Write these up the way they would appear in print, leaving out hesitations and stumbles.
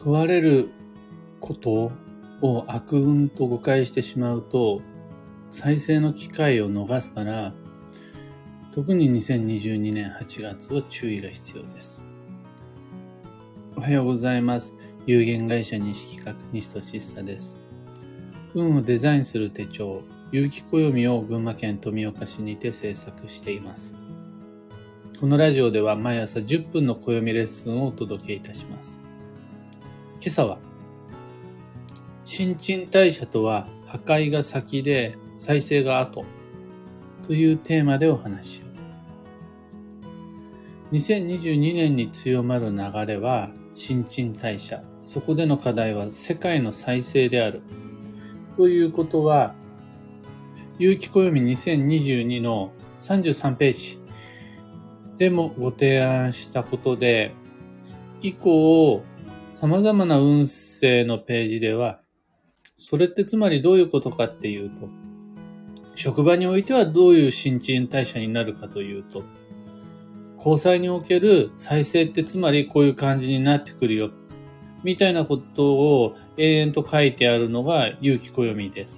壊れることを悪運と誤解してしまうと、再生の機会を逃すから、特に2022年8月は注意が必要です。おはようございます。有限会社西企画西俊久です。運をデザインする手帳、有機暦を群馬県富岡市にて制作しています。このラジオでは毎朝10分の暦レッスンをお届けいたします。今朝は、新陳代謝とは破壊が先で再生が後というテーマでお話を。2022年に強まる流れは新陳代謝。そこでの課題は世界の再生である。ということは、有機暦2022の33ページでもご提案したことで、以降、様々な運勢のページでは、それってつまりどういうことかっていうと、職場においてはどういう新陳代謝になるかというと、交際における再生ってつまりこういう感じになってくるよ、みたいなことを永遠と書いてあるのが有機暦です。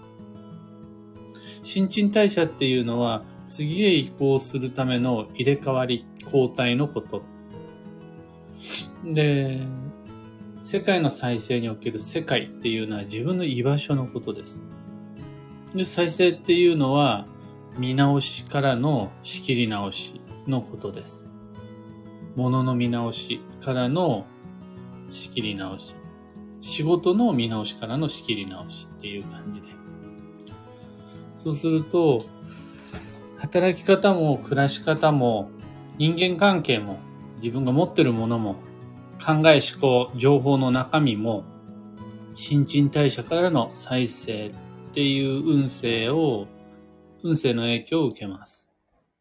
新陳代謝っていうのは次へ移行するための入れ替わり、交代のこと。で、世界の再生における世界っていうのは自分の居場所のことです。で、再生っていうのは見直しからの仕切り直しのことです。物の見直しからの仕切り直し。仕事の見直しからの仕切り直しっていう感じで。そうすると、働き方も暮らし方も人間関係も自分が持ってるものも考え思考、情報の中身も新陳代謝からの再生っていう運勢の影響を受けます。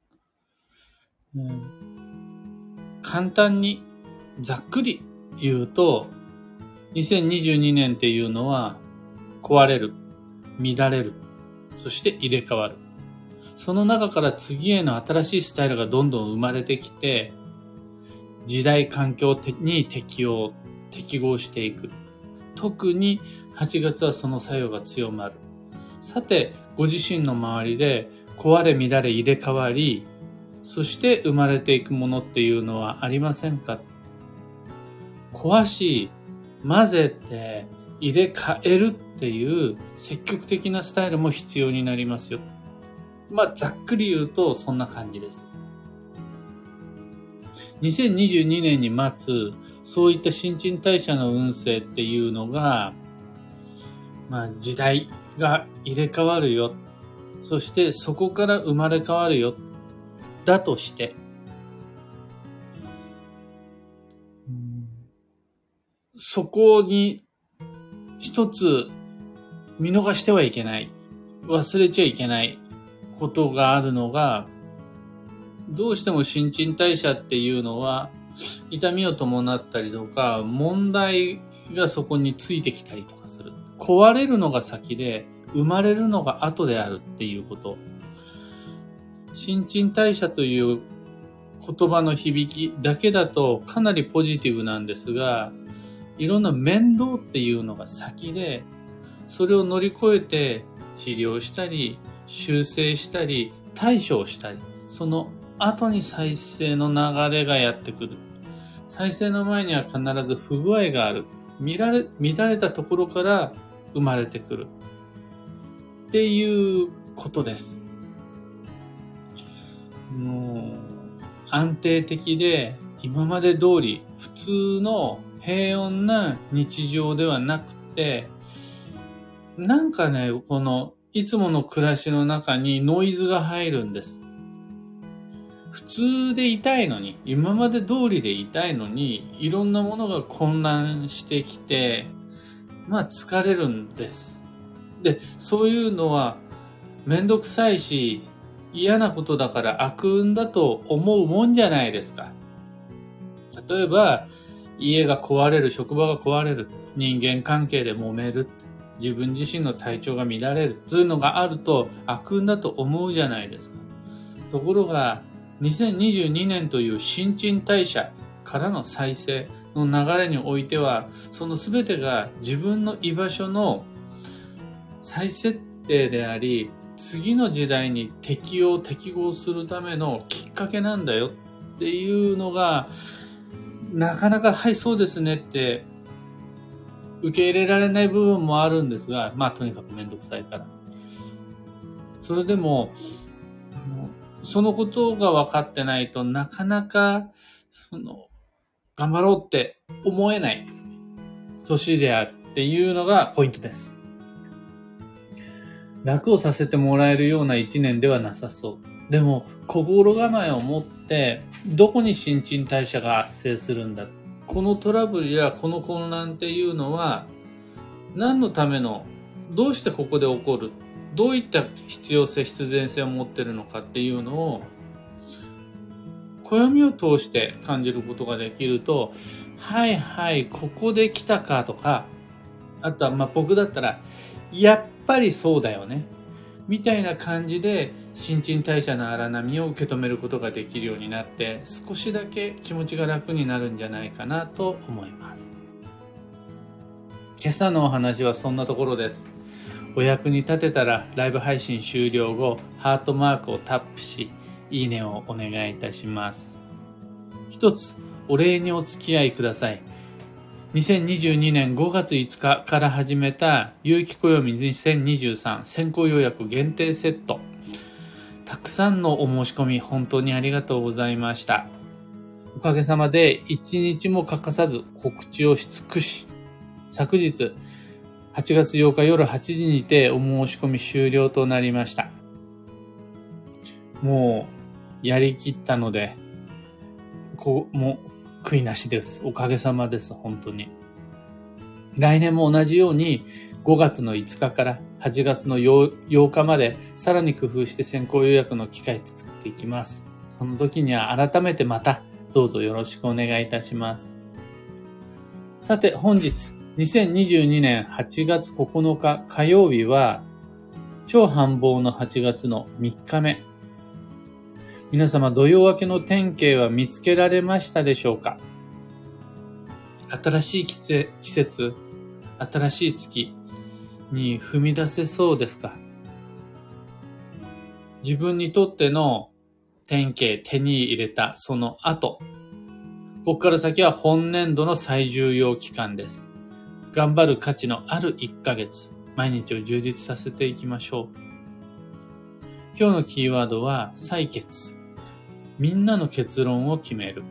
簡単にざっくり言うと、2022年っていうのは壊れる、乱れる、そして入れ替わる。その中から次への新しいスタイルがどんどん生まれてきて、時代環境に適合していく。特に8月はその作用が強まる。さて、ご自身の周りで壊れ乱れ入れ替わり、そして生まれていくものっていうのはありませんか？壊し、混ぜて入れ替えるっていう積極的なスタイルも必要になりますよ。ざっくり言うとそんな感じです。2022年に待つそういった新陳代謝の運勢っていうのが、時代が入れ替わるよ。そしてそこから生まれ変わるよ。だとして、そこに一つ見逃してはいけない。忘れちゃいけないことがあるのが、どうしても新陳代謝っていうのは痛みを伴ったりとか問題がそこについてきたりとかする。壊れるのが先で生まれるのが後であるっていうこと。新陳代謝という言葉の響きだけだとかなりポジティブなんですが、いろんな面倒っていうのが先で、それを乗り越えて治療したり修正したり対処したり、その後に再生の流れがやってくる。再生の前には必ず不具合がある。乱れたところから生まれてくる。っていうことです。安定的で今まで通り普通の平穏な日常ではなくて、このいつもの暮らしの中にノイズが入るんです。普通でいたいのに、今まで通りでいたいのに、いろんなものが混乱してきて、疲れるんです。で、そういうのはめんどくさいし、嫌なことだから悪運だと思うもんじゃないですか。例えば、家が壊れる、職場が壊れる、人間関係で揉める、自分自身の体調が乱れるというのがあると悪運だと思うじゃないですか。ところが2022年という新陳代謝からの再生の流れにおいては、その全てが自分の居場所の再設定であり、次の時代に適合するためのきっかけなんだよっていうのが、なかなかはいそうですねって受け入れられない部分もあるんですが、とにかくめんどくさいから。それでも、そのことが分かってないとなかなか、頑張ろうって思えない年であるっていうのがポイントです。楽をさせてもらえるような一年ではなさそう。でも、心構えを持って、どこに新陳代謝が発生するんだ。このトラブルやこの混乱っていうのは、何のための、どうしてここで起こる、どういった必要性、必然性を持っているのかっていうのを、暦を通して感じることができると、はいはい、ここで来たかとか、あとは僕だったら、やっぱりそうだよね。みたいな感じで新陳代謝の荒波を受け止めることができるようになって、少しだけ気持ちが楽になるんじゃないかなと思います。今朝のお話はそんなところです。お役に立てたらライブ配信終了後、ハートマークをタップし、いいねをお願いいたします。一つお礼にお付き合いください。2022年5月5日から始めた有機暦2023先行予約限定セット。たくさんのお申し込み本当にありがとうございました。おかげさまで一日も欠かさず告知をし尽くし、昨日8月8日夜8時にてお申し込み終了となりました。もうやりきったので、もう悔いなしです。おかげさまです。本当に。来年も同じように5月の5日から8月の8日までさらに工夫して先行予約の機会作っていきます。その時には改めてまたどうぞよろしくお願いいたします。さて本日2022年8月9日火曜日は超繁忙の8月の3日目。皆様土曜明けの天気は見つけられましたでしょうか？新しい季節、新しい月に踏み出せそうですか？自分にとっての天気手に入れたその後、ここから先は本年度の最重要期間です。頑張る価値のある1ヶ月、毎日を充実させていきましょう。今日のキーワードは採決。みんなの結論を決める。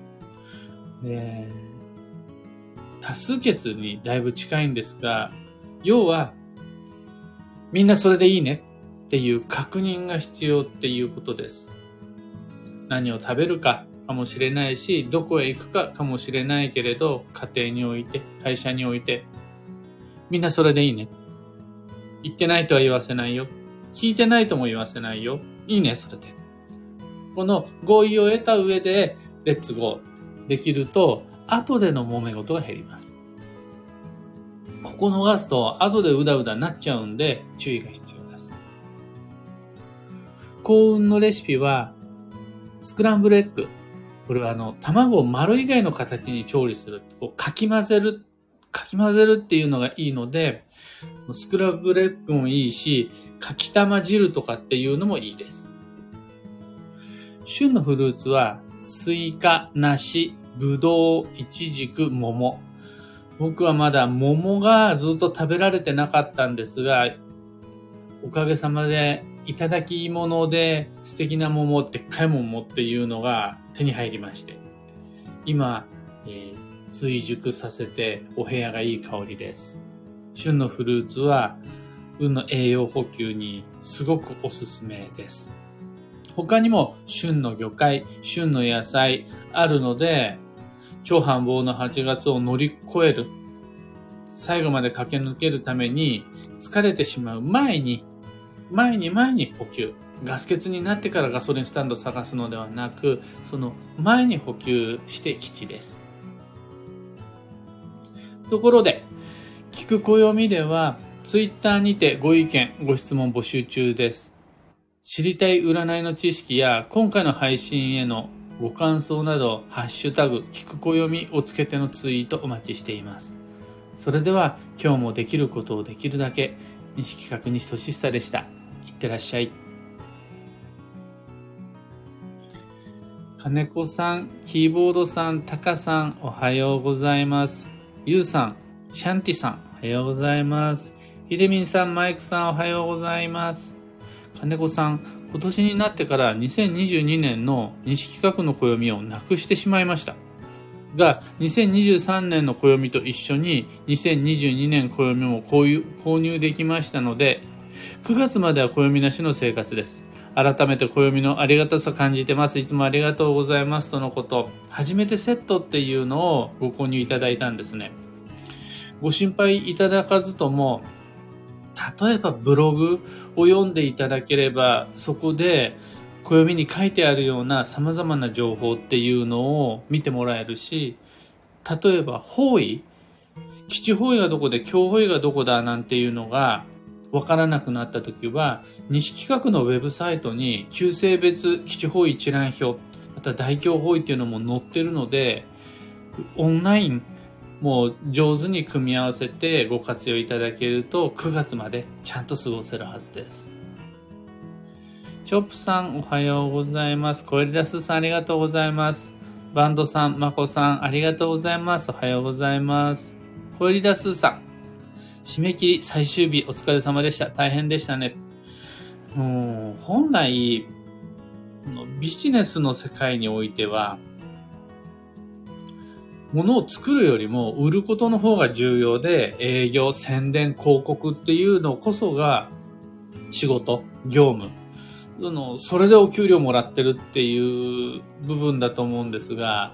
多数決にだいぶ近いんですが、要はみんなそれでいいねっていう確認が必要っていうことです。何を食べるかかもしれないし、どこへ行くかかもしれないけれど、家庭において、会社において、みんなそれでいいね。言ってないとは言わせないよ。聞いてないとも言わせないよ。いいね、それで。この合意を得た上で、レッツゴーできると、後での揉め事が減ります。ここ逃すと、後でうだうだなっちゃうんで、注意が必要です。幸運のレシピは、スクランブルエッグ。これは卵を丸以外の形に調理する。かき混ぜるっていうのがいいので、スクランブルエッグもいいし、かきたま汁とかっていうのもいいです。旬のフルーツは、スイカ、梨、ぶどう、イチジク、桃。僕はまだ桃がずっと食べられてなかったんですが、おかげさまでいただき物で素敵な桃、でっかい桃っていうのが手に入りまして、今、追熟させてお部屋がいい香りです。旬のフルーツは運の栄養補給にすごくおすすめです。他にも旬の魚介、旬の野菜あるので、超繁忙の8月を乗り越える、最後まで駆け抜けるために疲れてしまう前に補給。ガス欠になってからガソリンスタンドを探すのではなく、その前に補給して吉です。ところで、聞く暦では、ツイッターにてご意見、ご質問募集中です。知りたい占いの知識や今回の配信へのご感想など、ハッシュタグ、聞く暦をつけてのツイートお待ちしています。それでは、今日もできることをできるだけ、西企画西俊久でした。いってらっしゃい。金子さん、キーボードさん、タカさん、おはようございます。ゆうさん、シャンティさん、おはようございます。ひでみんさん、マイクさん、おはようございます。金子さん、今年になってから2022年の西企画の暦をなくしてしまいました。が、2023年の暦と一緒に2022年暦も購入できましたので、9月までは暦なしの生活です。改めて暦のありがたさ感じてます。いつもありがとうございますとのこと。初めてセットっていうのをご購入いただいたんですね。ご心配いただかずとも、例えばブログを読んでいただければ、そこで暦に書いてあるような様々な情報っていうのを見てもらえるし、例えば方位、基地方位がどこで今日方位がどこだなんていうのがわからなくなった時は、西企画のウェブサイトに旧姓別基地方位一覧表、また大凶方位っていうのも載ってるので、オンラインもう上手に組み合わせてご活用いただけると9月までちゃんと過ごせるはずです。チョップさんおはようございます。コエリダスさんありがとうございます。バンドさん、マコさんありがとうございます。おはようございます。コエリダスさん、締め切り最終日お疲れ様でした。大変でしたね。もう本来ビジネスの世界においては物を作るよりも売ることの方が重要で、営業、宣伝、広告っていうのこそが仕事、業務。それでお給料もらってるっていう部分だと思うんですが、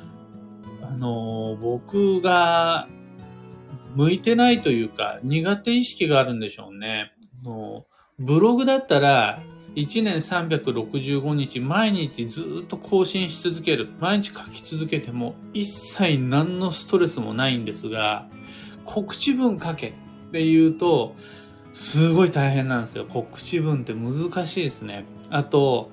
僕が向いてないというか苦手意識があるんでしょうね。ブログだったら1年365日毎日ずっと更新し続ける。毎日書き続けても一切何のストレスもないんですが、告知文書けって言うとすごい大変なんですよ。告知文って難しいですね。あと、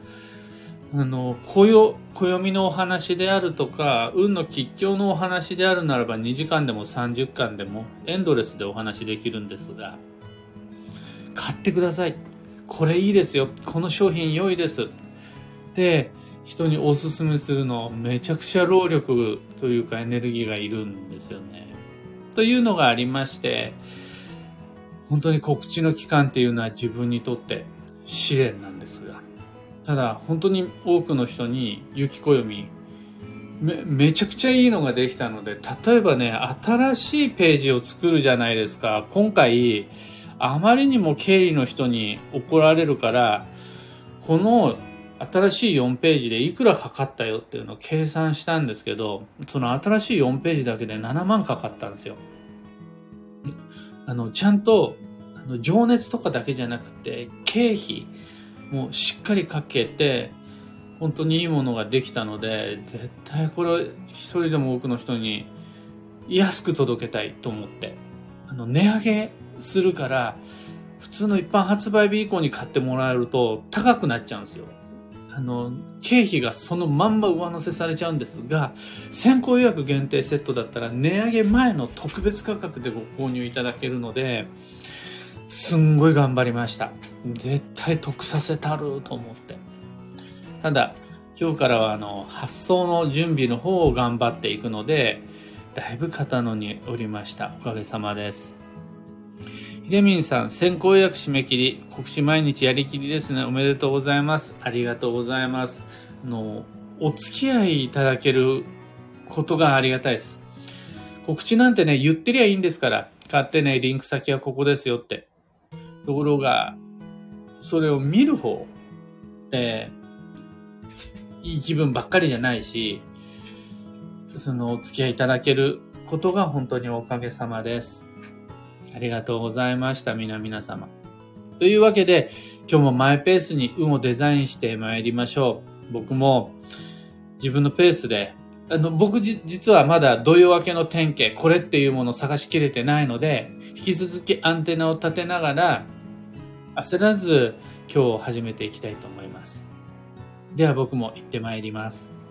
暦のお話であるとか、運の吉凶のお話であるならば2時間でも30巻でもエンドレスでお話できるんですが、買ってください。これいいですよ。この商品良いです。で、人におすすめするのめちゃくちゃ労力というかエネルギーがいるんですよね。というのがありまして、本当に告知の期間っていうのは自分にとって試練なんですが、ただ本当に多くの人に雪暦めちゃくちゃいいのができたので、例えばね、新しいページを作るじゃないですか。今回あまりにも経理の人に怒られるから、この新しい4ページでいくらかかったよっていうのを計算したんですけど、その新しい4ページだけで7万かかったんですよ。ちゃんと情熱とかだけじゃなくて経費もしっかりかけて本当にいいものができたので、絶対これ一人でも多くの人に安く届けたいと思って、値上げするから普通の一般発売日以降に買ってもらえると高くなっちゃうんですよ。経費がそのまんま上乗せされちゃうんですが、先行予約限定セットだったら値上げ前の特別価格でご購入いただけるので、すんごい頑張りました。絶対得させたると思って。ただ今日からは発送の準備の方を頑張っていくので、だいぶ肩のにおりました。おかげさまです。ひでみんさん、先行予約締め切り、告知毎日やりきりですね。おめでとうございます。ありがとうございます。お付き合いいただけることがありがたいです。告知なんてね、言ってりゃいいんですから、買ってね、リンク先はここですよって。ところが、それを見る方で、いい気分ばっかりじゃないし、お付き合いいただけることが本当におかげさまです。ありがとうございました、皆様。というわけで、今日もマイペースに運をデザインして参りましょう。僕も自分のペースで、僕実はまだ土曜明けの典型、これっていうものを探しきれてないので、引き続きアンテナを立てながら、焦らず今日始めていきたいと思います。では僕も行って参ります。